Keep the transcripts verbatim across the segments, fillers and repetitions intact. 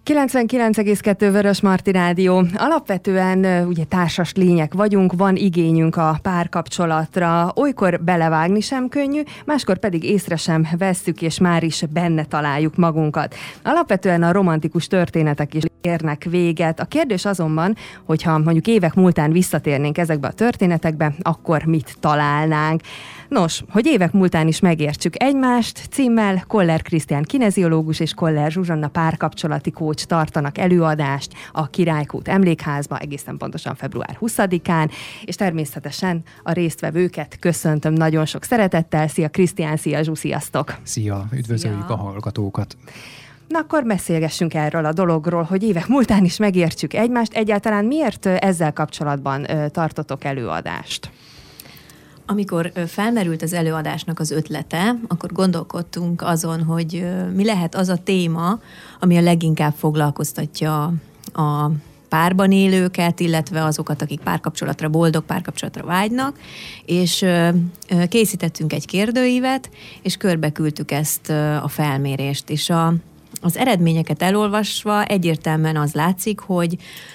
kilencvenkilenc egész kettő Vörösmarty Rádió. Alapvetően ugye társas lények vagyunk, van igényünk a párkapcsolatra, olykor belevágni sem könnyű, máskor pedig észre sem vesszük, és már is benne találjuk magunkat. Alapvetően a romantikus történetek is érnek véget. A kérdés azonban, hogyha mondjuk évek múltán visszatérnénk ezekbe a történetekbe, akkor mit találnánk? Nos, hogy évek múltán is megértsük egymást, címmel Koller Krisztián kineziológus és Koller Zsuzsanna párkapcsolati kócs tartanak előadást a Királykút Emlékházba egészen pontosan február huszadikán, és természetesen a résztvevőket köszöntöm nagyon sok szeretettel. Szia Krisztián, szia Zsú, sziasztok! Szia, üdvözöljük szia. A hallgatókat! Na akkor beszélgessünk erről a dologról, hogy évek múltán is megértsük egymást. Egyáltalán miért ezzel kapcsolatban tartotok előadást? Amikor felmerült az előadásnak az ötlete, akkor gondolkodtunk azon, hogy mi lehet az a téma, ami a leginkább foglalkoztatja a párban élőket, illetve azokat, akik párkapcsolatra, boldog párkapcsolatra vágynak, és készítettünk egy kérdőívet, és körbeküldtük ezt a felmérést, és a, az eredményeket elolvasva egyértelműen az látszik, hogy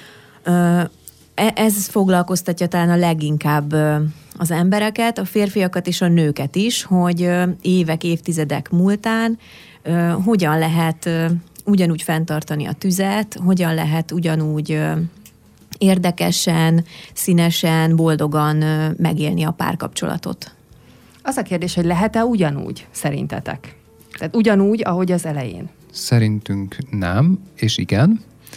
ez foglalkoztatja talán a leginkább az embereket, a férfiakat és a nőket is, hogy évek, évtizedek múltán hogyan lehet ugyanúgy fenntartani a tüzet, hogyan lehet ugyanúgy érdekesen, színesen, boldogan megélni a párkapcsolatot. Az a kérdés, hogy lehet-e ugyanúgy szerintetek? Tehát ugyanúgy, ahogy az elején? Szerintünk nem, és igen.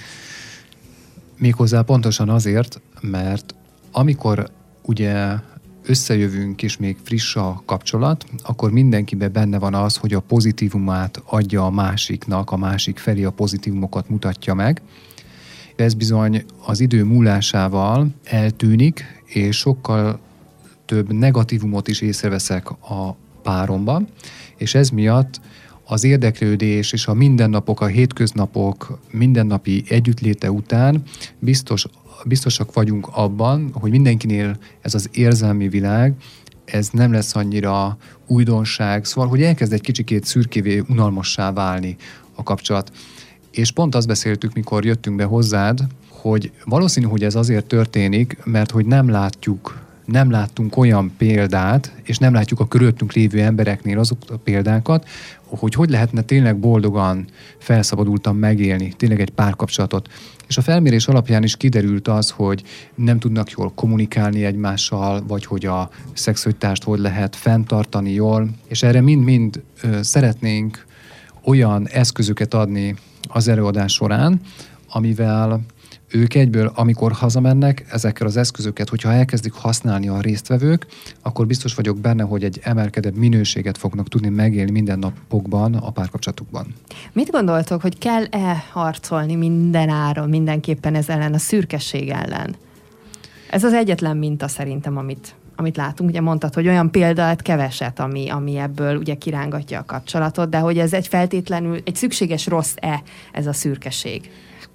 Méghozzá pontosan azért, mert amikor ugye összejövünk, és még friss a kapcsolat, akkor mindenkiben benne van az, hogy a pozitívumát adja a másiknak, a másik felé a pozitívumokat mutatja meg. Ez bizony az idő múlásával eltűnik, és sokkal több negatívumot is észreveszek a páromban, és ez miatt az érdeklődés és a mindennapok, a hétköznapok mindennapi együttléte után biztos biztosak vagyunk abban, hogy mindenkinél ez az érzelmi világ, ez nem lesz annyira újdonság, szóval, hogy elkezd egy kicsikét szürkévé, unalmassá válni a kapcsolat. És pont azt beszéltük, mikor jöttünk be hozzád, hogy valószínű, hogy ez azért történik, mert hogy nem látjuk, nem láttunk olyan példát, és nem látjuk a körülöttünk lévő embereknél azok a példákat, hogy hogy lehetne tényleg boldogan, felszabadultan megélni, tényleg egy párkapcsolatot. És a felmérés alapján is kiderült az, hogy nem tudnak jól kommunikálni egymással, vagy hogy a szexualitást hogy lehet fenntartani jól, és erre mind-mind ö, szeretnénk olyan eszközöket adni az előadás során, amivel ők egyből, amikor hazamennek, ezekkel az eszközöket, hogyha elkezdik használni a résztvevők, akkor biztos vagyok benne, hogy egy emelkedett minőséget fognak tudni megélni mindennapokban a párkapcsolatukban. Mit gondoltok, hogy kell-e harcolni minden áron, mindenképpen ez ellen, a szürkesség ellen? Ez az egyetlen minta szerintem, amit, amit látunk. Ugye mondtad, hogy olyan példát keveset, ami, ami ebből ugye kirángatja a kapcsolatot, de hogy ez egy feltétlenül, egy szükséges rossz-e ez a szürkesség?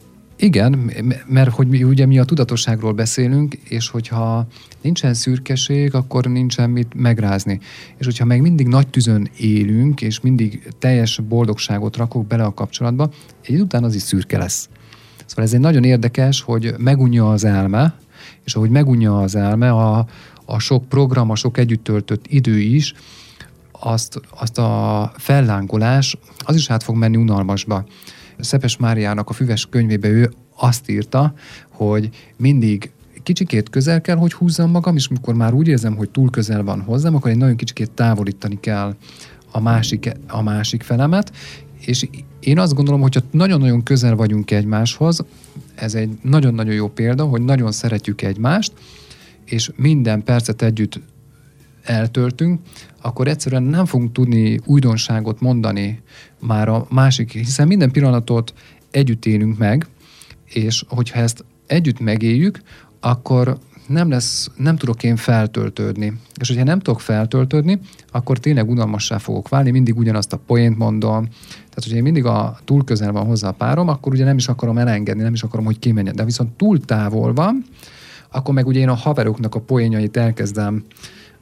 Igen, mert hogy mi, ugye mi a tudatosságról beszélünk, és hogyha nincsen szürkeség, akkor nincsen mit megrázni. És hogyha meg mindig nagy tüzön élünk, és mindig teljes boldogságot rakok bele a kapcsolatba, egy után az is szürke lesz. Szóval ez egy nagyon érdekes, hogy megunja az elme, és ahogy megunja az elme, a, a sok program, a sok együtt töltött idő is, azt, azt a fellángolás, az is át fog menni unalmasba. Szepes Máriának a Füves könyvébe ő azt írta, hogy mindig kicsikét közel kell, hogy húzzam magam, és mikor már úgy érzem, hogy túl közel van hozzám, akkor egy nagyon kicsikét távolítani kell a másik, a másik felemet, és én azt gondolom, hogyha nagyon-nagyon közel vagyunk egymáshoz, ez egy nagyon-nagyon jó példa, hogy nagyon szeretjük egymást, és minden percet együtt eltöltünk, akkor egyszerűen nem fogunk tudni újdonságot mondani már a másik, hiszen minden pillanatot együtt élünk meg, és hogyha ezt együtt megéljük, akkor nem lesz, nem tudok én feltöltődni. És hogyha nem tudok feltöltődni, akkor tényleg unalmassá fogok válni, mindig ugyanazt a poént mondom. Tehát, hogyha én mindig a túl közel van hozzá a párom, akkor ugye nem is akarom elengedni, nem is akarom, hogy kimenjen. De viszont túl távol van, akkor meg ugye én a haveroknak a poénjait elkezdem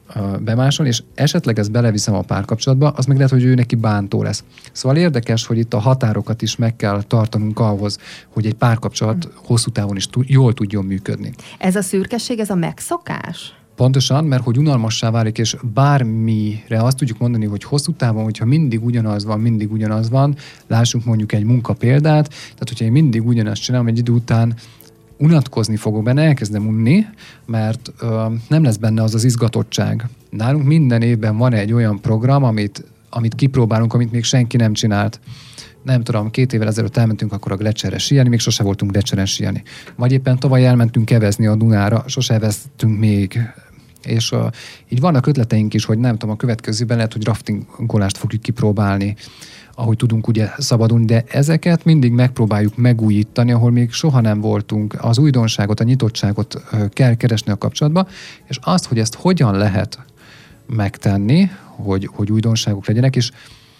bemásol, és esetleg ezt beleviszem a párkapcsolatba, az meg lehet, hogy ő neki bántó lesz. Szóval érdekes, hogy itt a határokat is meg kell tartanunk ahhoz, hogy egy párkapcsolat hosszú távon is tud, jól tudjon működni. Ez a szürkesség, ez a megszokás? Pontosan, mert hogy unalmassá válik, és bármire azt tudjuk mondani, hogy hosszú távon, hogyha mindig ugyanaz van, mindig ugyanaz van, lássunk mondjuk egy munkapéldát, tehát hogyha én mindig ugyanazt csinálom, egy idő után unatkozni fogok benne, elkezdem unni, mert ö, nem lesz benne az az izgatottság. Nálunk minden évben van egy olyan program, amit, amit kipróbálunk, amit még senki nem csinált. Nem tudom, két évvel ezelőtt elmentünk akkor a Gleccserre síelni, még sose voltunk Gleccserren síelni. Vagy éppen tavaly elmentünk kevezni a Dunára, sose eveztünk még. És uh, így vannak ötleteink is, hogy nem tudom, a következőben lehet, hogy raftingolást fogjuk kipróbálni, ahogy tudunk ugye szabadulni, de ezeket mindig megpróbáljuk megújítani, ahol még soha nem voltunk. Az újdonságot, a nyitottságot uh, kell keresni a kapcsolatba, és azt, hogy ezt hogyan lehet megtenni, hogy, hogy újdonságok legyenek, és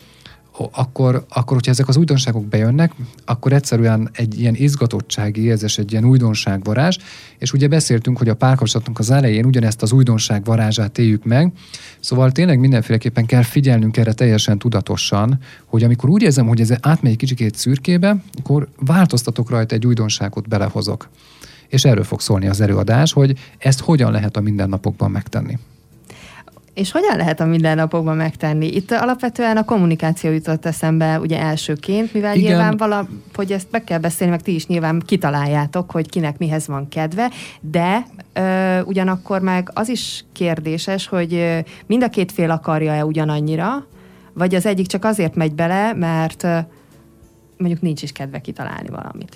Akkor, akkor, hogyha ezek az újdonságok bejönnek, akkor egyszerűen egy ilyen izgatottsági érzés, egy ilyen újdonságvarázs, és ugye beszéltünk, hogy a párkapcsolatunk az elején ugyanezt az újdonságvarázsát éljük meg, szóval tényleg mindenféleképpen kell figyelnünk erre teljesen tudatosan, hogy amikor úgy érzem, hogy ez átmegy egy kicsikét szürkébe, akkor változtatok rajta, egy újdonságot belehozok. És erről fog szólni az előadás, hogy ezt hogyan lehet a mindennapokban megtenni. És hogyan lehet a mindennapokban megtenni? Itt alapvetően a kommunikáció jutott eszembe ugye elsőként, mivel Igen. nyilván valahogy ezt meg kell beszélni, meg ti is nyilván kitaláljátok, hogy kinek mihez van kedve, de ö, ugyanakkor meg az is kérdéses, hogy ö, mind a két fél akarja-e ugyanannyira, vagy az egyik csak azért megy bele, mert ö, mondjuk nincs is kedve kitalálni valamit.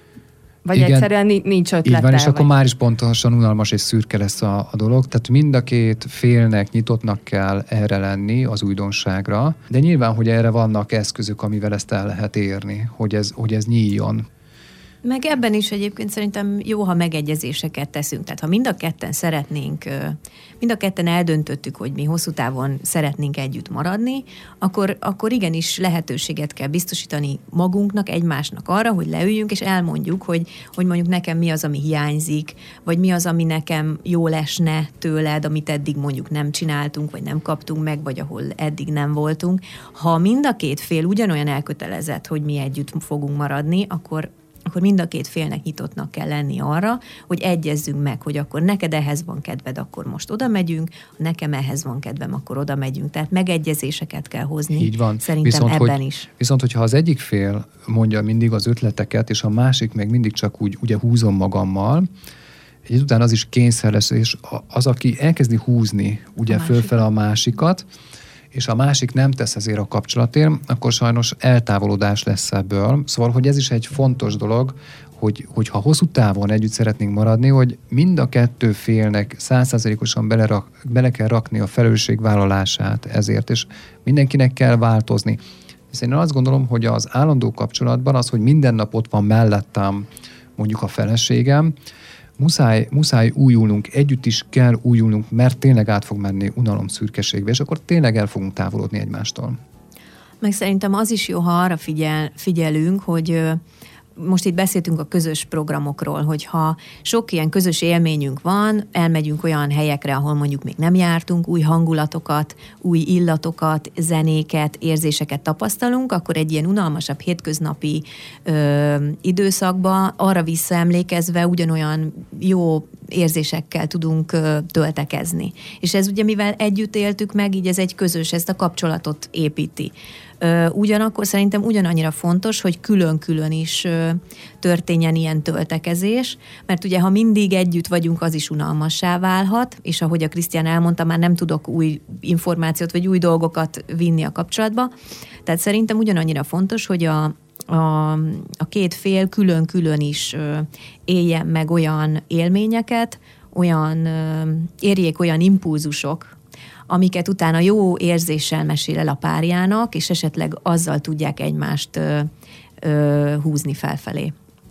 Vagy Igen, egyszerűen nincs ötlete. Így van, és vagy... akkor már is pontosan unalmas és szürke lesz a, a dolog. Tehát mind a két félnek nyitottnak kell erre lenni, az újdonságra, de nyilván, hogy erre vannak eszközök, amivel ezt el lehet érni, hogy ez, hogy ez nyíljon. Meg ebben is egyébként szerintem jó, ha megegyezéseket teszünk. Tehát ha mind a ketten szeretnénk, mind a ketten eldöntöttük, hogy mi hosszú távon szeretnénk együtt maradni, akkor, akkor igenis lehetőséget kell biztosítani magunknak, egymásnak arra, hogy leüljünk és elmondjuk, hogy, hogy mondjuk nekem mi az, ami hiányzik, vagy mi az, ami nekem jól esne tőled, amit eddig mondjuk nem csináltunk, vagy nem kaptunk meg, vagy ahol eddig nem voltunk. Ha mind a két fél ugyanolyan elkötelezett, hogy mi együtt fogunk maradni, akkor akkor mind a két félnek nyitottnak kell lenni arra, hogy egyezzünk meg, hogy akkor neked ehhez van kedved, akkor most oda megyünk, ha nekem ehhez van kedvem, akkor oda megyünk. Tehát megegyezéseket kell hozni. Így van. Szerintem viszont, ebben hogy, is. Viszont, hogyha az egyik fél mondja mindig az ötleteket, és a másik meg mindig csak úgy ugye húzom magammal, egy után az is kényszer lesz, és az, aki elkezdi húzni ugye fölfele a másikat, és a másik nem tesz ezért a kapcsolatért, akkor sajnos eltávolodás lesz ebből. Szóval, hogy ez is egy fontos dolog, hogy, hogyha hosszú távon együtt szeretnénk maradni, hogy mind a kettő félnek százszázalékosan bele, bele kell rakni a felelősségvállalását ezért, és mindenkinek kell változni. Hiszen én azt gondolom, hogy az állandó kapcsolatban az, hogy minden nap ott van mellettem mondjuk a feleségem, Muszáj, muszáj újulnunk, együtt is kell újulnunk, mert tényleg át fog menni unalom szürkeségbe, és akkor tényleg el fogunk távolodni egymástól. Meg szerintem az is jó, ha arra figyel, figyelünk, hogy most itt beszéltünk a közös programokról, hogyha sok ilyen közös élményünk van, elmegyünk olyan helyekre, ahol mondjuk még nem jártunk, új hangulatokat, új illatokat, zenéket, érzéseket tapasztalunk, akkor egy ilyen unalmasabb hétköznapi ö, időszakba arra visszaemlékezve ugyanolyan jó érzésekkel tudunk ö, töltekezni. És ez ugye, mivel együtt éltük meg, így ez egy közös, ezt a kapcsolatot építi. Ugyanakkor szerintem ugyanannyira fontos, hogy külön-külön is történjen ilyen töltekezés, mert ugye ha mindig együtt vagyunk, az is unalmassá válhat, és ahogy a Krisztián elmondta, már nem tudok új információt vagy új dolgokat vinni a kapcsolatba. Tehát szerintem ugyanannyira fontos, hogy a, a, a két fél külön-külön is éljen meg olyan élményeket, olyan, érjék olyan impulzusok, amiket utána jó érzéssel mesél el a párjának, és esetleg azzal tudják egymást ö, ö, húzni felfelé.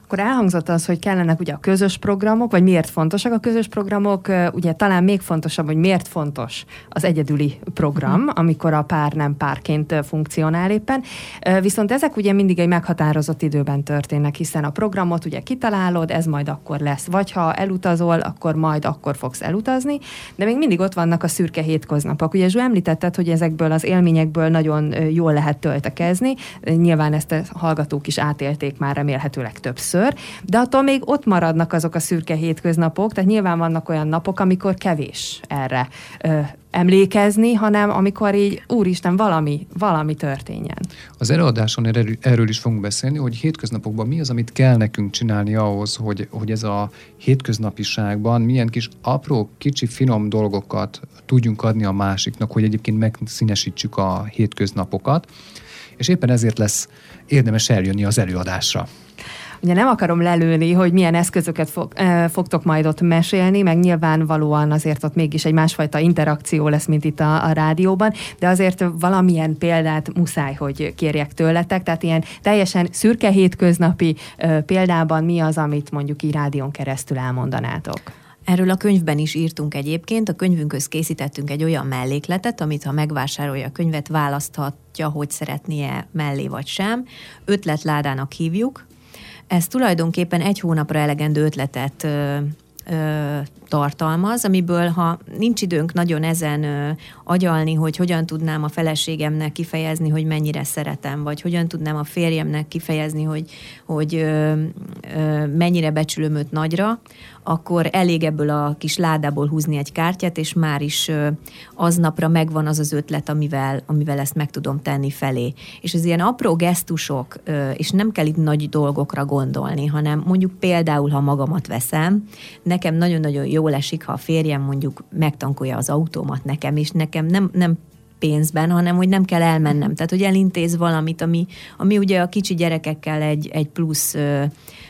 Akkor elhangzott az, hogy kellenek ugye a közös programok, vagy miért fontosak a közös programok, ugye talán még fontosabb, hogy miért fontos az egyedüli program, amikor a pár nem párként funkcionál éppen. Viszont ezek ugye mindig egy meghatározott időben történnek, hiszen a programot ugye kitalálod, ez majd akkor lesz. Vagy ha elutazol, akkor majd akkor fogsz elutazni, de még mindig ott vannak a szürke hétköznapok. Ugye Zsú, említetted, hogy ezekből az élményekből nagyon jól lehet töltekezni. Nyilván ezt a hallgatók is átélték már remélhetőleg többször, de attól még ott maradnak azok a szürke hétköznapok, tehát nyilván vannak olyan napok, amikor kevés erre ö, emlékezni, hanem amikor így, úristen, valami, valami történjen. Az előadáson erről is fogunk beszélni, hogy hétköznapokban mi az, amit kell nekünk csinálni ahhoz, hogy, hogy ez a hétköznapiságban milyen kis apró, kicsi, finom dolgokat tudjunk adni a másiknak, hogy egyébként megszínesítsük a hétköznapokat, és éppen ezért lesz érdemes eljönni az előadásra. Ugye nem akarom lelőni, hogy milyen eszközöket fog, eh, fogtok majd ott mesélni, meg nyilvánvalóan azért ott mégis egy másfajta interakció lesz, mint itt a, a rádióban, de azért valamilyen példát muszáj, hogy kérjek tőletek, tehát ilyen teljesen szürke hétköznapi eh, példában mi az, amit mondjuk így rádión keresztül elmondanátok? Erről a könyvben is írtunk egyébként, a könyvünkhöz készítettünk egy olyan mellékletet, amit ha megvásárolja a könyvet, választhatja, hogy szeretnie mellé vagy sem. Ötletládának hívjuk. Ez tulajdonképpen egy hónapra elegendő ötletet ö, ö, tartalmaz, amiből, ha nincs időnk nagyon ezen ö, agyalni, hogy hogyan tudnám a feleségemnek kifejezni, hogy mennyire szeretem, vagy hogyan tudnám a férjemnek kifejezni, hogy, hogy ö, ö, mennyire becsülöm őt nagyra, akkor elég ebből a kis ládából húzni egy kártyát, és már is ö, aznapra megvan az az ötlet, amivel, amivel ezt meg tudom tenni felé. És az ilyen apró gesztusok, ö, és nem kell itt nagy dolgokra gondolni, hanem mondjuk például, ha magamat veszem, nekem nagyon-nagyon jól esik, ha a férjem mondjuk megtankolja az autómat nekem, és nekem nem, nem pénzben, hanem hogy nem kell elmennem. Tehát, hogy elintéz valamit, ami, ami ugye a kicsi gyerekekkel egy, egy plusz ö,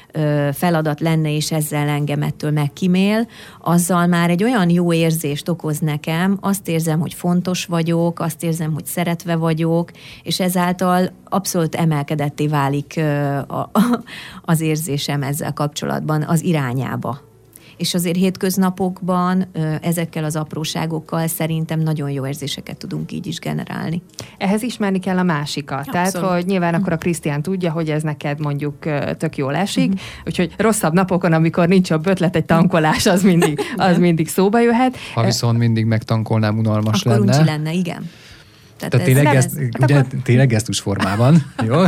ö, feladat lenne, és ezzel engem ettől megkímél, azzal már egy olyan jó érzést okoz nekem, azt érzem, hogy fontos vagyok, azt érzem, hogy szeretve vagyok, és ezáltal abszolút emelkedetté válik ö, a, a, az érzésem ezzel kapcsolatban az irányába. És azért hétköznapokban ezekkel az apróságokkal szerintem nagyon jó érzéseket tudunk így is generálni. Ehhez ismerni kell a másikat. Abszolút. Tehát, hogy nyilván akkor a Krisztián tudja, hogy ez neked mondjuk tök jól esik, uh-huh. úgyhogy rosszabb napokon, amikor nincs jobb ötlet, egy tankolás, az mindig, az mindig szóba jöhet. Ha viszont mindig megtankolnám, unalmas akkor lenne. Akkor uncsi lenne, igen. Tehát, tehát tényleg, ez, ez, ugye, akkor... tényleg gesztus formában, jó?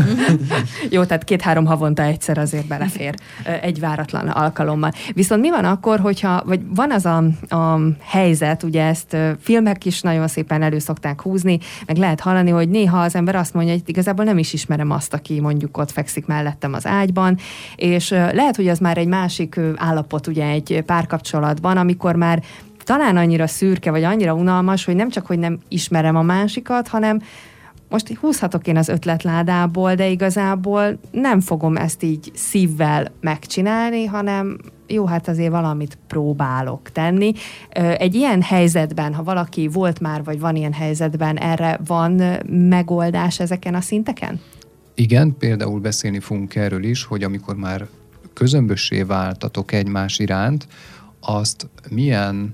Jó, tehát két-három havonta egyszer azért belefér egy váratlan alkalommal. Viszont mi van akkor, hogyha, vagy van az a, a helyzet, ugye ezt filmek is nagyon szépen elő szokták húzni, meg lehet hallani, hogy néha az ember azt mondja, hogy igazából nem is ismerem azt, aki mondjuk ott fekszik mellettem az ágyban, és lehet, hogy az már egy másik állapot ugye egy párkapcsolatban, amikor már talán annyira szürke, vagy annyira unalmas, hogy nem csak, hogy nem ismerem a másikat, hanem most húzhatok én az ötletládából, de igazából nem fogom ezt így szívvel megcsinálni, hanem jó, hát azért valamit próbálok tenni. Egy ilyen helyzetben, ha valaki volt már, vagy van ilyen helyzetben, erre van megoldás ezeken a szinteken? Igen, például beszélni fogunk erről is, hogy amikor már közömbössé váltatok egymás iránt, azt milyen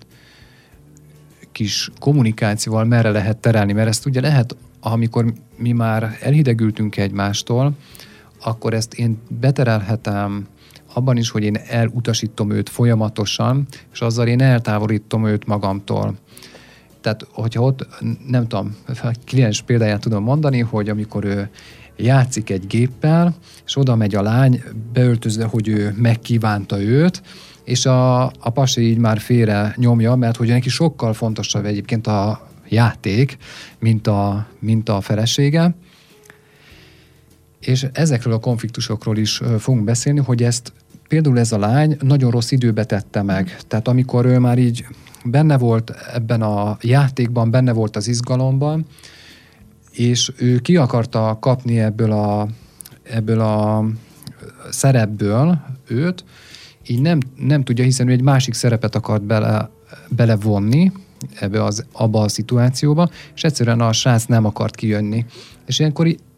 kis kommunikációval merre lehet terelni, mert ezt ugye lehet, amikor mi már elhidegültünk egymástól, akkor ezt én beterelhetem abban is, hogy én elutasítom őt folyamatosan, és azzal én eltávolítom őt magamtól. Tehát, hogyha ott, nem tudom, a kliens példáját tudom mondani, hogy amikor ő játszik egy géppel, és oda megy a lány, beöltözve, hogy ő megkívánta őt, és a, a pasi így már félre nyomja, mert hogy neki sokkal fontosabb egyébként a játék, mint a, mint a felesége. És ezekről a konfliktusokról is fogunk beszélni, hogy ezt például ez a lány nagyon rossz időbe tette meg. Tehát amikor ő már így benne volt ebben a játékban, benne volt az izgalomban, és ő ki akarta kapni ebből a, ebből a szerepből őt, így nem, nem tudja, hiszen ő egy másik szerepet akart bele, belevonni ebbe az, abba a szituációba, és egyszerűen a srác nem akart kijönni. És ilyenkor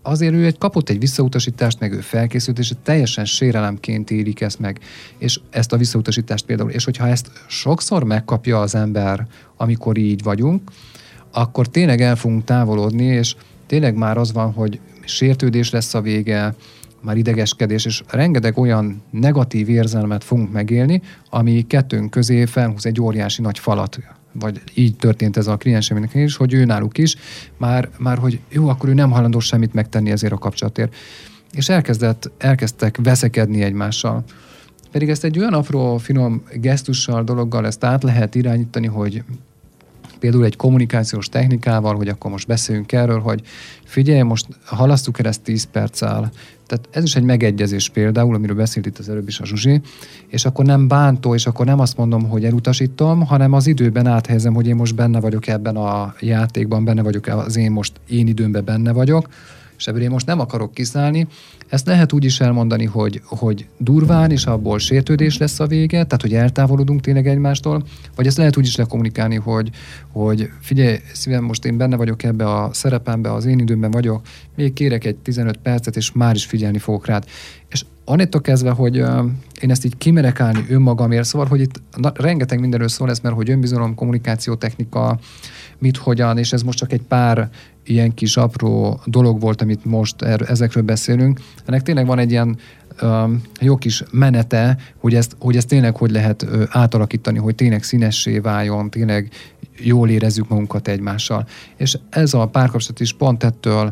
azért ő egy kapott egy visszautasítást, meg ő felkészült, és teljesen sérelemként élik ezt meg, és ezt a visszautasítást például, és hogyha ezt sokszor megkapja az ember, amikor így vagyunk, akkor tényleg el fogunk távolodni, és tényleg már az van, hogy sértődés lesz a vége, már idegeskedés, és rengeteg olyan negatív érzelmet fogunk megélni, ami kettőnk közé felhúz egy óriási nagy falat. Vagy így történt ez a kliensemnek is, hogy ő náluk is, már, már hogy jó, akkor ő nem hajlandó semmit megtenni ezért a kapcsolatért. És elkezdett, elkezdtek veszekedni egymással. Pedig ezt egy olyan apró, finom gesztussal, dologgal ezt át lehet irányítani, hogy például egy kommunikációs technikával, hogy akkor most beszéljünk erről, hogy figyelj, most halasztuk el ezt tíz perccel. Tehát ez is egy megegyezés például, amiről beszélt itt az előbb is a Zsuzsi, és akkor nem bántó, és akkor nem azt mondom, hogy elutasítom, hanem az időben áthelyezem, hogy én most benne vagyok ebben a játékban, benne vagyok, az én most én időmben benne vagyok, és ebből én most nem akarok kiszállni. Ezt lehet úgy is elmondani, hogy, hogy durván, és abból sértődés lesz a vége, tehát hogy eltávolodunk tényleg egymástól, vagy ezt lehet úgy is lekommunikálni, hogy, hogy figyelj, szívem, most én benne vagyok ebbe a szerepembe, az én időmben vagyok, még kérek egy tizenöt percet, és már is figyelni fogok rád. És annettől kezdve, hogy uh, én ezt így kimerek állni önmagamért, szóval, hogy itt na, rengeteg mindenről szól ez, mert hogy önbizalom, kommunikációtechnika, mit, hogyan, és ez most csak egy pár ilyen kis apró dolog volt, amit most er, ezekről beszélünk. Ennek tényleg van egy ilyen um, jó kis menete, hogy ezt, hogy ezt tényleg hogy lehet uh, átalakítani, hogy tényleg színessé váljon, tényleg jól érezzük magunkat egymással. És ez a párkapcsolat is pont ettől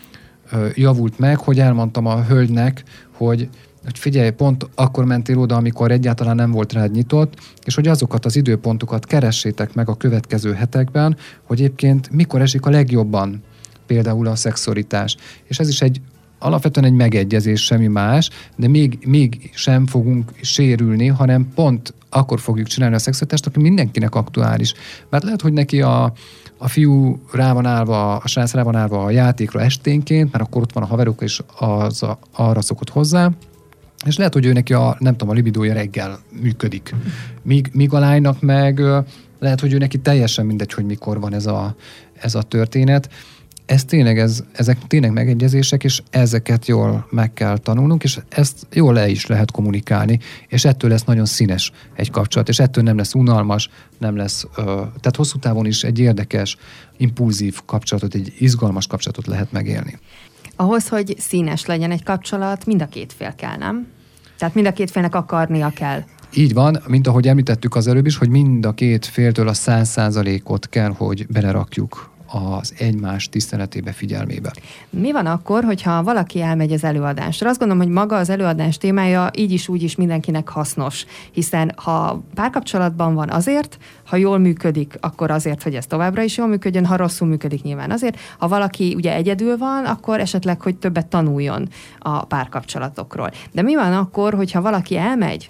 uh, javult meg, hogy elmondtam a hölgynek, hogy hogy figyelj, pont akkor mentél oda, amikor egyáltalán nem volt rád nyitott, és hogy azokat az időpontokat keressétek meg a következő hetekben, hogy egyébként mikor esik a legjobban például a szexualitás. És ez is egy alapvetően egy megegyezés, semmi más, de még, még sem fogunk sérülni, hanem pont akkor fogjuk csinálni a szexualitást, aki mindenkinek aktuális. Mert lehet, hogy neki a A fiú rá van állva, a srác rá van állva a játékra esténként, mert akkor ott van a haverok, és az a, arra szokott hozzá, és lehet, hogy ő neki a, nem tudom, a libidója reggel működik. Míg, míg a lánynak meg lehet, hogy ő neki teljesen mindegy, hogy mikor van ez a, ez a történet. Ez tényleg, ez, ezek tényleg megegyezések, és ezeket jól meg kell tanulnunk, és ezt jól le is lehet kommunikálni, és ettől lesz nagyon színes egy kapcsolat, és ettől nem lesz unalmas, nem lesz, ö, tehát hosszú távon is egy érdekes, impulzív kapcsolatot, egy izgalmas kapcsolatot lehet megélni. Ahhoz, hogy színes legyen egy kapcsolat, mind a két fél kell, nem? Tehát mind a két félnek akarnia kell. Így van, mint ahogy említettük az előbb is, hogy mind a két féltől a száz százalékot kell, hogy belerakjuk az egymás tiszteletébe, figyelmébe. Mi van akkor, hogyha valaki elmegy az előadásra? Azt gondolom, hogy maga az előadás témája így is, úgy is mindenkinek hasznos, hiszen ha párkapcsolatban van azért, ha jól működik, akkor azért, hogy ez továbbra is jól működjön, ha rosszul működik, nyilván azért. Ha valaki ugye egyedül van, akkor esetleg, hogy többet tanuljon a párkapcsolatokról. De mi van akkor, hogyha valaki elmegy,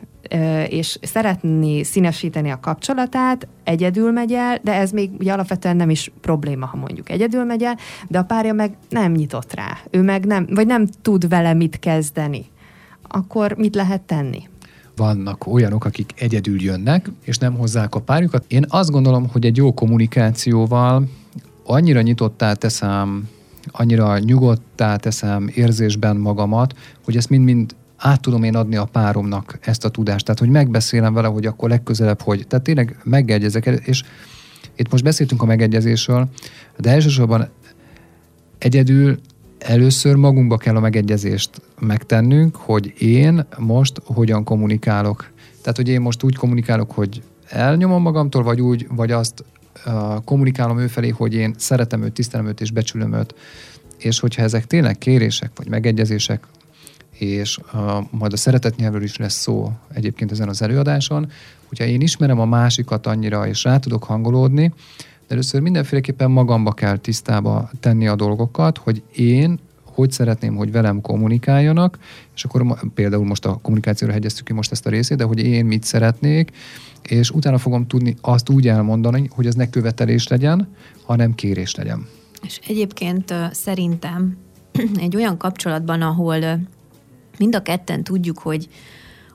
és szeretné színesíteni a kapcsolatát, egyedül megy el, de ez még ugye alapvetően nem is probléma, ha mondjuk egyedül megy el, de a párja meg nem nyitott rá, ő meg nem, vagy nem tud vele mit kezdeni. Akkor mit lehet tenni? Vannak olyanok, akik egyedül jönnek, és nem hozzák a párjukat. Én azt gondolom, hogy egy jó kommunikációval annyira nyitottá teszem, annyira nyugodtá teszem érzésben magamat, hogy ezt mind-mind át tudom én adni a páromnak ezt a tudást. Tehát, hogy megbeszélem vele, hogy akkor legközelebb, hogy... Tehát tényleg megegyezek, és itt most beszéltünk a megegyezésről, de elsősorban egyedül először magunkba kell a megegyezést megtennünk, hogy én most hogyan kommunikálok. Tehát, hogy én most úgy kommunikálok, hogy elnyomom magamtól, vagy úgy, vagy azt uh, kommunikálom ő felé, hogy én szeretem őt, tisztelem őt és becsülöm őt. És hogyha ezek tényleg kérések, vagy megegyezések, és uh, majd a szeretetnyelvről is lesz szó egyébként ezen az előadáson, hogyha én ismerem a másikat annyira, és rá tudok hangolódni, de először mindenféleképpen magamba kell tisztába tenni a dolgokat, hogy én hogy szeretném, hogy velem kommunikáljanak, és akkor például most a kommunikációra hegyeztük ki most ezt a részét, de hogy én mit szeretnék, és utána fogom tudni azt úgy elmondani, hogy ez ne követelés legyen, hanem kérés legyen. És egyébként uh, szerintem egy olyan kapcsolatban, ahol uh, mind a ketten tudjuk, hogy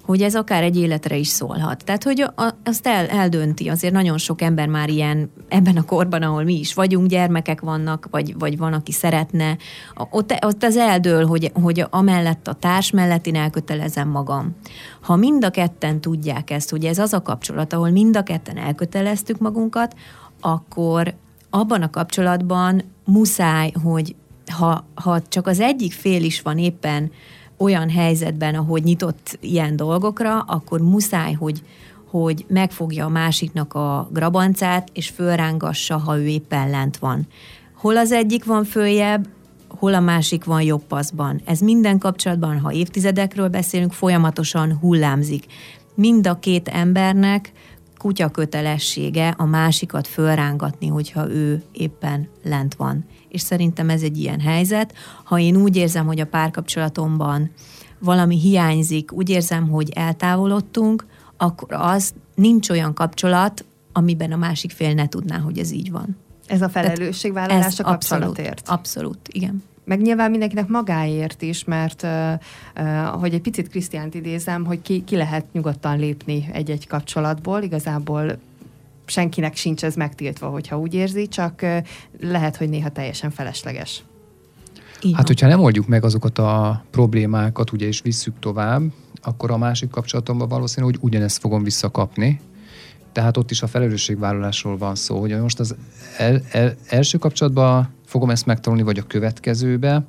hogy ez akár egy életre is szólhat. Tehát, hogy a, azt el, eldönti, azért nagyon sok ember már ilyen, ebben a korban, ahol mi is vagyunk, gyermekek vannak, vagy, vagy van, aki szeretne, ott, ott az eldől, hogy, hogy amellett a társ mellett én elkötelezem magam. Ha mind a ketten tudják ezt, hogy ez az a kapcsolat, ahol mind a ketten elköteleztük magunkat, akkor abban a kapcsolatban muszáj, hogy ha, ha csak az egyik fél is van éppen olyan helyzetben, ahogy nyitott ilyen dolgokra, akkor muszáj, hogy, hogy megfogja a másiknak a grabancát, és fölrángassa, ha ő éppen lent van. Hol az egyik van följebb, hol a másik van jobb paszban. Ez minden kapcsolatban, ha évtizedekről beszélünk, folyamatosan hullámzik. Mind a két embernek kutya kötelessége a másikat fölrángatni, hogyha ő éppen lent van. És szerintem ez egy ilyen helyzet. Ha én úgy érzem, hogy a párkapcsolatomban valami hiányzik, úgy érzem, hogy eltávolodtunk, akkor az nincs olyan kapcsolat, amiben a másik fél ne tudná, hogy ez így van. Ez a felelősségvállalás a kapcsolatért. Abszolút, abszolút, igen. Meg nyilván mindenkinek magáért is, mert uh, uh, hogy egy picit Krisztiánt idézem, hogy ki, ki lehet nyugodtan lépni egy-egy kapcsolatból, igazából senkinek sincs ez megtiltva, hogyha úgy érzi, csak uh, lehet, hogy néha teljesen felesleges. Igen. Hát, hogyha nem oldjuk meg azokat a problémákat, ugye, és visszük tovább, akkor a másik kapcsolatomban valószínű, hogy ugyanezt fogom visszakapni. Tehát ott is a felelősségvállalásról van szó, hogy most az el, el, első kapcsolatban fogom ezt megtanulni, vagy a következőbe.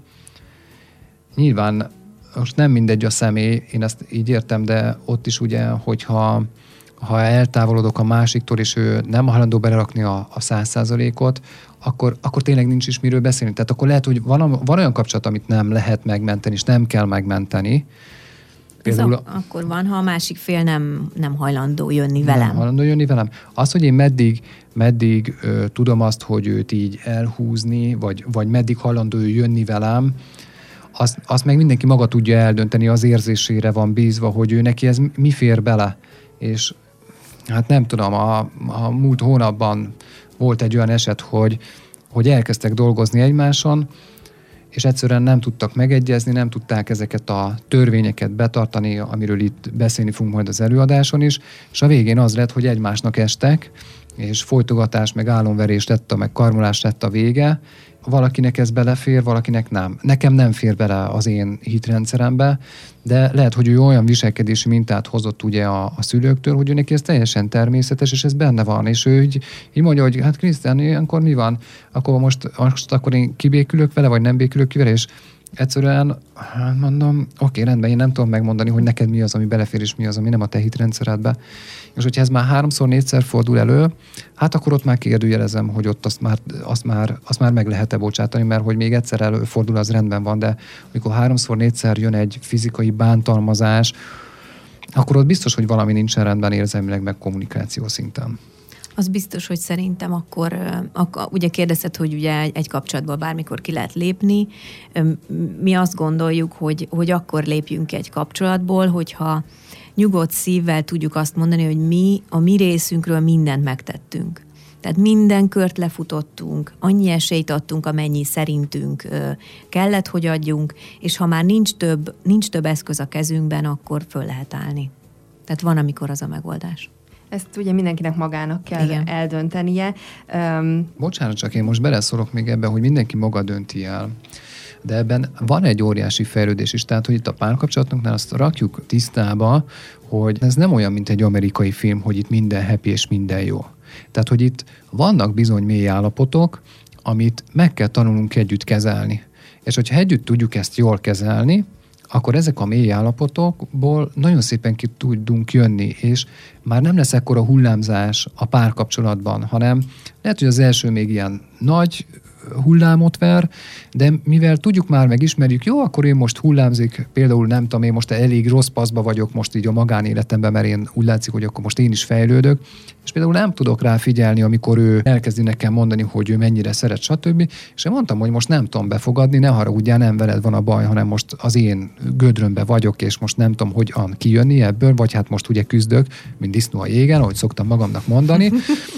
Nyilván most nem mindegy a személy, én ezt így értem, de ott is ugye, hogyha ha eltávolodok a másiktól, és ő nem hajlandó belerakni a száz százalékot, akkor, akkor tényleg nincs is miről beszélni. Tehát akkor lehet, hogy van, van olyan kapcsolat, amit nem lehet megmenteni, és nem kell megmenteni. Például, a, akkor van, ha a másik fél nem, nem hajlandó jönni velem. Nem hajlandó jönni velem. Az, hogy én meddig, meddig ö, tudom azt, hogy őt így elhúzni, vagy, vagy meddig hajlandó ő jönni velem, azt, azt meg mindenki maga tudja eldönteni, az érzésére van bízva, hogy ő neki ez mi fér bele. És hát nem tudom, a, a múlt hónapban volt egy olyan eset, hogy, hogy elkezdtek dolgozni egymáson, és egyszerűen nem tudtak megegyezni, nem tudták ezeket a törvényeket betartani, amiről itt beszélni fogunk majd az előadáson is, és a végén az lett, hogy egymásnak estek, és folytogatás, meg álomverés lett, meg karmolás lett a vége. Valakinek ez belefér, valakinek nem. Nekem nem fér bele az én hitrendszerembe, de lehet, hogy ő olyan viselkedési mintát hozott ugye a, a szülőktől, hogy ő neki ez teljesen természetes, és ez benne van. És ő így, így mondja, hogy hát Krisztián, ilyenkor mi van? Akkor most, most akkor én kibékülök vele, vagy nem békülök ki vele, és egyszerűen, hát mondom, oké, rendben, én nem tudom megmondani, hogy neked mi az, ami belefér, és mi az, ami nem a te hitrendszeredbe. És hogyha ez már háromszor, négyszer fordul elő, hát akkor ott már kérdőjelezem, hogy ott azt már, azt már, azt már meg lehet-e bocsátani, mert hogy még egyszer előfordul, az rendben van, de amikor háromszor, négyszer jön egy fizikai bántalmazás, akkor ott biztos, hogy valami nincsen rendben érzelmileg, meg kommunikáció szinten. Az biztos, hogy szerintem akkor, akkor ugye kérdezted, hogy ugye egy kapcsolatból bármikor ki lehet lépni. Mi azt gondoljuk, hogy, hogy akkor lépjünk egy kapcsolatból, hogyha nyugodt szívvel tudjuk azt mondani, hogy mi a mi részünkről mindent megtettünk. Tehát minden kört lefutottunk, annyi esélyt adtunk, amennyi szerintünk kellett, hogy adjunk, és ha már nincs több, nincs több eszköz a kezünkben, akkor föl lehet állni. Tehát van, amikor az a megoldás. Ezt ugye mindenkinek magának kell Igen. eldöntenie. Um... Bocsánat, csak én most beleszólok még ebben, hogy mindenki maga dönti el. De ebben van egy óriási fejlődés is, tehát hogy itt a párkapcsolatoknál azt rakjuk tisztába, hogy ez nem olyan, mint egy amerikai film, hogy itt minden happy és minden jó. Tehát, hogy itt vannak bizony mély állapotok, amit meg kell tanulnunk együtt kezelni. És hogyha együtt tudjuk ezt jól kezelni, akkor ezek a mély állapotokból nagyon szépen ki tudunk jönni, és már nem lesz ekkora hullámzás a párkapcsolatban, hanem lehet, hogy az első még ilyen nagy hullámot ver, de mivel tudjuk már, megismerjük, jó, akkor én most hullámzik, például nem tudom, én most elég rossz paszba vagyok most így a magánéletemben, mert én úgy látszik, hogy akkor most én is fejlődök, és például nem tudok rá figyelni, amikor ő elkezdi nekem mondani, hogy ő mennyire szeret, stb. És én mondtam, hogy most nem tudom befogadni, ne haragudjál, nem veled van a baj, hanem most az én gödrömbe vagyok, és most nem tudom, hogyan kijönni ebből, vagy hát most ugye küzdök, mint disznó a jégen, ahogy szoktam magamnak mondani.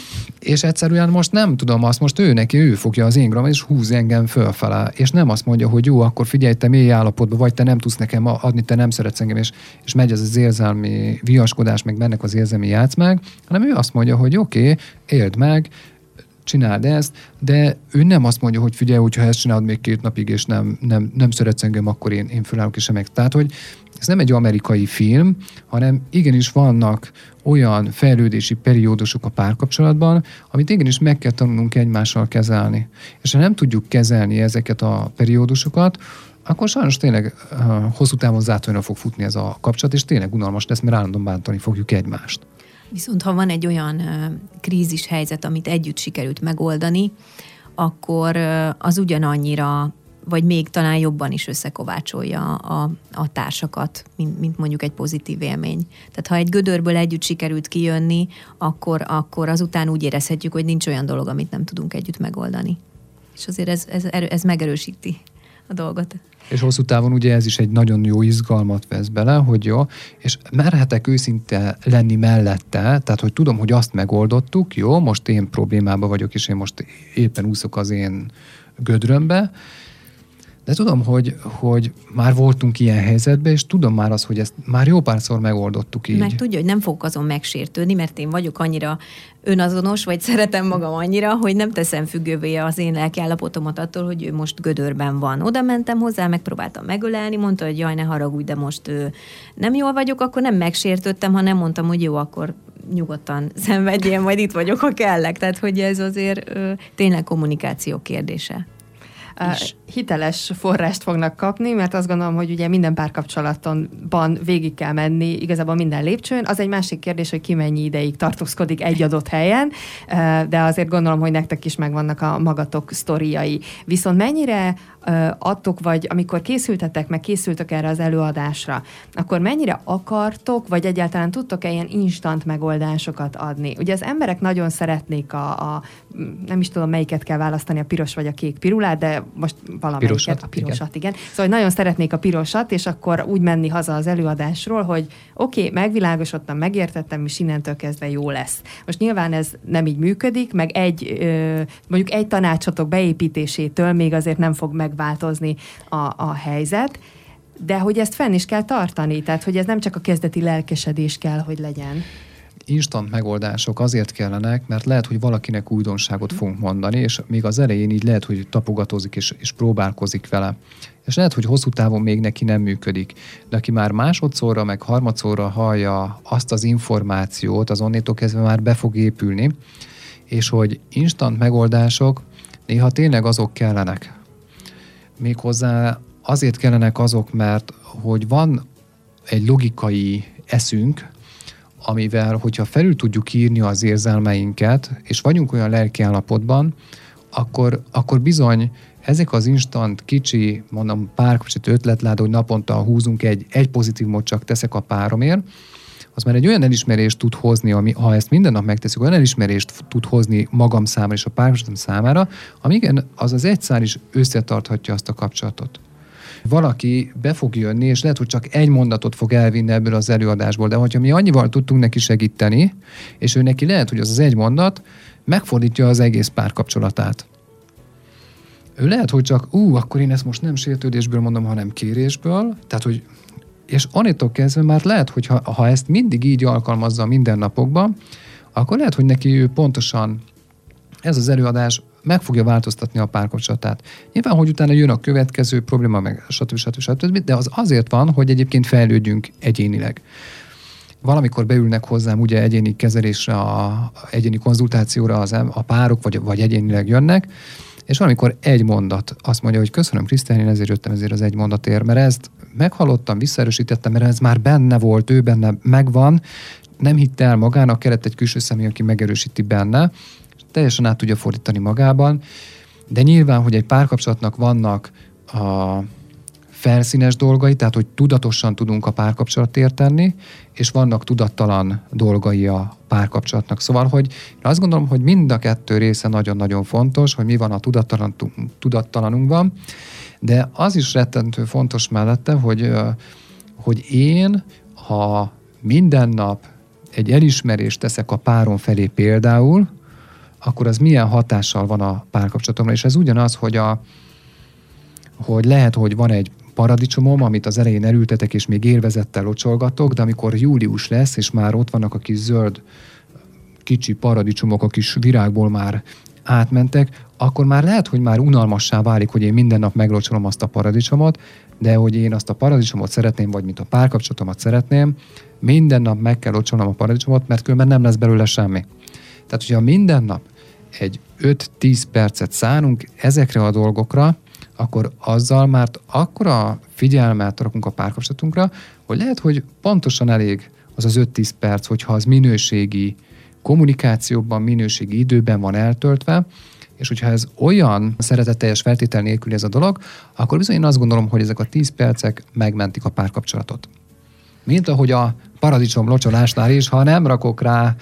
És egyszerűen most nem tudom azt, most ő neki, ő fogja az én gramat, és húz engem fölfele, és nem azt mondja, hogy jó, akkor figyelj, te mély állapotban vagy, te nem tudsz nekem adni, te nem szeretsz engem, és, és megy ez az érzelmi viaskodás, meg bennek az érzelmi játszmák, hanem ő azt mondja, hogy oké, okay, éld meg, csináld ezt, de ő nem azt mondja, hogy figyelj, hogyha ezt csinálod még két napig, és nem, nem, nem szeretsz engem, akkor én, én fölállok és meg. Tehát, hogy ez nem egy amerikai film, hanem igenis vannak olyan fejlődési periódusok a párkapcsolatban, amit igenis meg kell tanulnunk egymással kezelni. És ha nem tudjuk kezelni ezeket a periódusokat, akkor sajnos tényleg uh, hosszú távon zátonyra fog futni ez a kapcsolat, és tényleg unalmas lesz, mert állandóan bántani fogjuk egymást. Viszont ha van egy olyan uh, krízis helyzet, amit együtt sikerült megoldani, akkor uh, az ugyanannyira, vagy még talán jobban is összekovácsolja a, a társakat, mint, mint mondjuk egy pozitív élmény. Tehát ha egy gödörből együtt sikerült kijönni, akkor, akkor azután úgy érezhetjük, hogy nincs olyan dolog, amit nem tudunk együtt megoldani. És azért ez, ez, ez megerősíti a dolgot. És hosszú távon ugye ez is egy nagyon jó izgalmat vesz bele, hogy jó, és merhetek őszinte lenni mellette, tehát hogy tudom, hogy azt megoldottuk, jó, most én problémában vagyok, és én most éppen úszok az én gödrömbe, de tudom, hogy, hogy már voltunk ilyen helyzetben, és tudom már azt, hogy ezt már jó párszor megoldottuk így. Meg tudja, hogy nem fogok azon megsértődni, mert én vagyok annyira önazonos, vagy szeretem magam annyira, hogy nem teszem függővé az én lelkiállapotomat attól, hogy ő most gödörben van. Oda mentem hozzá, megpróbáltam megölelni, mondta, hogy jaj, ne haragudj, de most ő, nem jól vagyok, akkor nem megsértődtem, hanem mondtam, hogy jó, akkor nyugodtan szenvedjél, majd itt vagyok, ha kellek. Tehát, hogy ez azért ö, tényleg kommunikáció kérdése. Is. Hiteles forrást fognak kapni, mert azt gondolom, hogy ugye minden párkapcsolatonban végig kell menni, igazából minden lépcsőn. Az egy másik kérdés, hogy ki mennyi ideig tartózkodik egy adott helyen, de azért gondolom, hogy nektek is megvannak a magatok sztoriai. Viszont mennyire adtok, vagy amikor készültetek, meg készültök erre az előadásra, akkor mennyire akartok, vagy egyáltalán tudtok-e ilyen instant megoldásokat adni? Ugye az emberek nagyon szeretnék a, a nem is tudom, melyiket kell választani, a piros vagy a kék pirulát, de most valamelyiket, pirosat, a pirosat, igen. igen. Szóval nagyon szeretnék a pirosat, és akkor úgy menni haza az előadásról, hogy oké, okay, megvilágosodtam, megértettem, és innentől kezdve jó lesz. Most nyilván ez nem így működik, meg egy, mondjuk egy tanácsatok beépítésétől még azért nem fog megváltozni a, a helyzet, de hogy ezt fenn is kell tartani, tehát hogy ez nem csak a kezdeti lelkesedés kell, hogy legyen. Instant megoldások azért kellenek, mert lehet, hogy valakinek újdonságot fogunk mondani, és még az elején így lehet, hogy tapogatózik és, és próbálkozik vele. És lehet, hogy hosszú távon még neki nem működik. De aki már másodszorra, meg harmadszorra hallja azt az információt, az onnétól kezdve már be fog épülni, és hogy instant megoldások néha tényleg azok kellenek. Méghozzá azért kellenek azok, mert hogy van egy logikai eszünk, amivel, hogyha felül tudjuk írni az érzelmeinket, és vagyunk olyan lelkiállapotban, akkor, akkor bizony ezek az instant, kicsi, mondom, párkapcsolat ötletláda, hogy naponta húzunk egy, egy pozitívumot csak teszek a páromért, az már egy olyan elismerést tud hozni, ami, ha ezt minden nap megteszünk, olyan elismerést tud hozni magam számára és a párkapcsolatom számára, ami igen, az az egy szál is összetarthatja azt a kapcsolatot. Valaki be fog jönni, és lehet, hogy csak egy mondatot fog elvinni ebből az előadásból, de hogyha mi annyival tudtunk neki segíteni, és ő neki lehet, hogy az az egy mondat megfordítja az egész párkapcsolatát. Ő lehet, hogy csak, ú, akkor én ezt most nem sértődésből mondom, hanem kérésből, tehát, hogy és annétól kezdve már lehet, hogy ha, ha ezt mindig így alkalmazza a mindennapokban, akkor lehet, hogy neki ő pontosan ez az előadás meg fogja változtatni a párkapcsolatát. Nyilván, hogy utána jön a következő probléma, meg stb. stb. stb. De az azért van, hogy egyébként fejlődjünk egyénileg. Valamikor beülnek hozzám ugye egyéni kezelésre, a, egyéni konzultációra az, a párok, vagy, vagy egyénileg jönnek, és valamikor egy mondat azt mondja, hogy köszönöm, Krisztián, én ezért jöttem ezért az egy mondatért, mert ezt meghallottam, visszaerősítettem, mert ez már benne volt, ő benne megvan, nem hitte el magának, kellett egy külső személy, aki megerősíti benne, teljesen át tudja fordítani magában, de nyilván, hogy egy párkapcsolatnak vannak a felszínes dolgai, tehát hogy tudatosan tudunk a párkapcsolatért tenni, és vannak tudattalan dolgai a párkapcsolatnak. Szóval, hogy én azt gondolom, hogy mind a kettő része nagyon-nagyon fontos, hogy mi van a tudattalan, tudattalanunkban, de az is rettentő fontos mellette, hogy, hogy én, ha minden nap egy elismerést teszek a párom felé például, akkor az milyen hatással van a párkapcsolatomra. És ez ugyanaz, hogy, a, hogy lehet, hogy van egy paradicsomom, amit az elején elültetek, és még élvezettel locsolgatok, de amikor július lesz, és már ott vannak a kis zöld, kicsi paradicsomok, a kis virágból már átmentek, akkor már lehet, hogy már unalmassá válik, hogy én minden nap meglocsolom azt a paradicsomot, de hogy én azt a paradicsomot szeretném, vagy mint a párkapcsolatomat szeretném, minden nap meg kell locsolnom a paradicsomot, mert különben nem lesz belőle semmi. Tehát, hogyha minden nap egy öt-tíz percet szánunk ezekre a dolgokra, akkor azzal már akkora figyelmet rakunk a párkapcsolatunkra, hogy lehet, hogy pontosan elég az az öt-tíz perc, hogyha az minőségi kommunikációban, minőségi időben van eltöltve, és hogyha ez olyan szeretetteljes feltétel nélkül ez a dolog, akkor bizony én azt gondolom, hogy ezek a tíz percek megmentik a párkapcsolatot. Mint ahogy a paradicsom locsolásnál is, ha nem rakok rá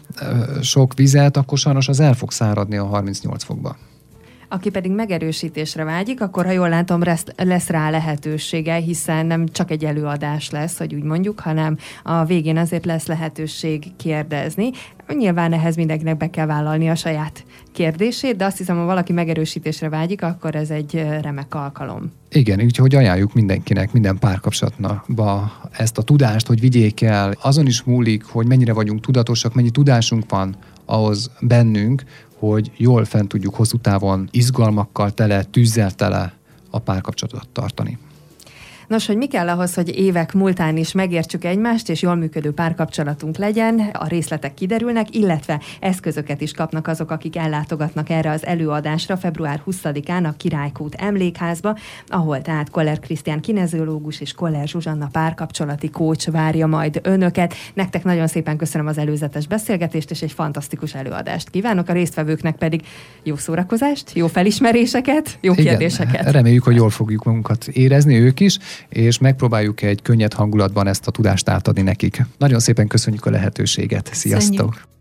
sok vizet, akkor sajnos az el fog száradni a harmincnyolc fokba. Aki pedig megerősítésre vágyik, akkor ha jól látom, lesz rá lehetősége, hiszen nem csak egy előadás lesz, hogy úgy mondjuk, hanem a végén azért lesz lehetőség kérdezni. Nyilván ehhez mindenkinek be kell vállalni a saját kérdését, de azt hiszem, ha valaki megerősítésre vágyik, akkor ez egy remek alkalom. Igen, úgyhogy ajánljuk mindenkinek, minden párkapcsolatba ezt a tudást, hogy vigyék el. Azon is múlik, hogy mennyire vagyunk tudatosak, mennyi tudásunk van ahhoz bennünk, hogy jól fent tudjuk hosszú távon izgalmakkal tele, tűzzel tele a párkapcsolatot tartani. Nos, hogy mi kell ahhoz, hogy évek múltán is megértsük egymást, és jól működő párkapcsolatunk legyen, a részletek kiderülnek, illetve eszközöket is kapnak azok, akik ellátogatnak erre az előadásra február huszadikán a Királykút Emlékházba, ahol tehát Koller Krisztián kineziológus és Koller Zsuzsanna párkapcsolati coach várja majd önöket. Nektek nagyon szépen köszönöm az előzetes beszélgetést, és egy fantasztikus előadást kívánok, a résztvevőknek pedig jó szórakozást, jó felismeréseket, jó Igen, kérdéseket. Reméljük, hogy jól fogjuk magunkat érezni, ők is, és megpróbáljuk egy könnyed hangulatban ezt a tudást átadni nekik. Nagyon szépen köszönjük a lehetőséget. Sziasztok! Köszönjük.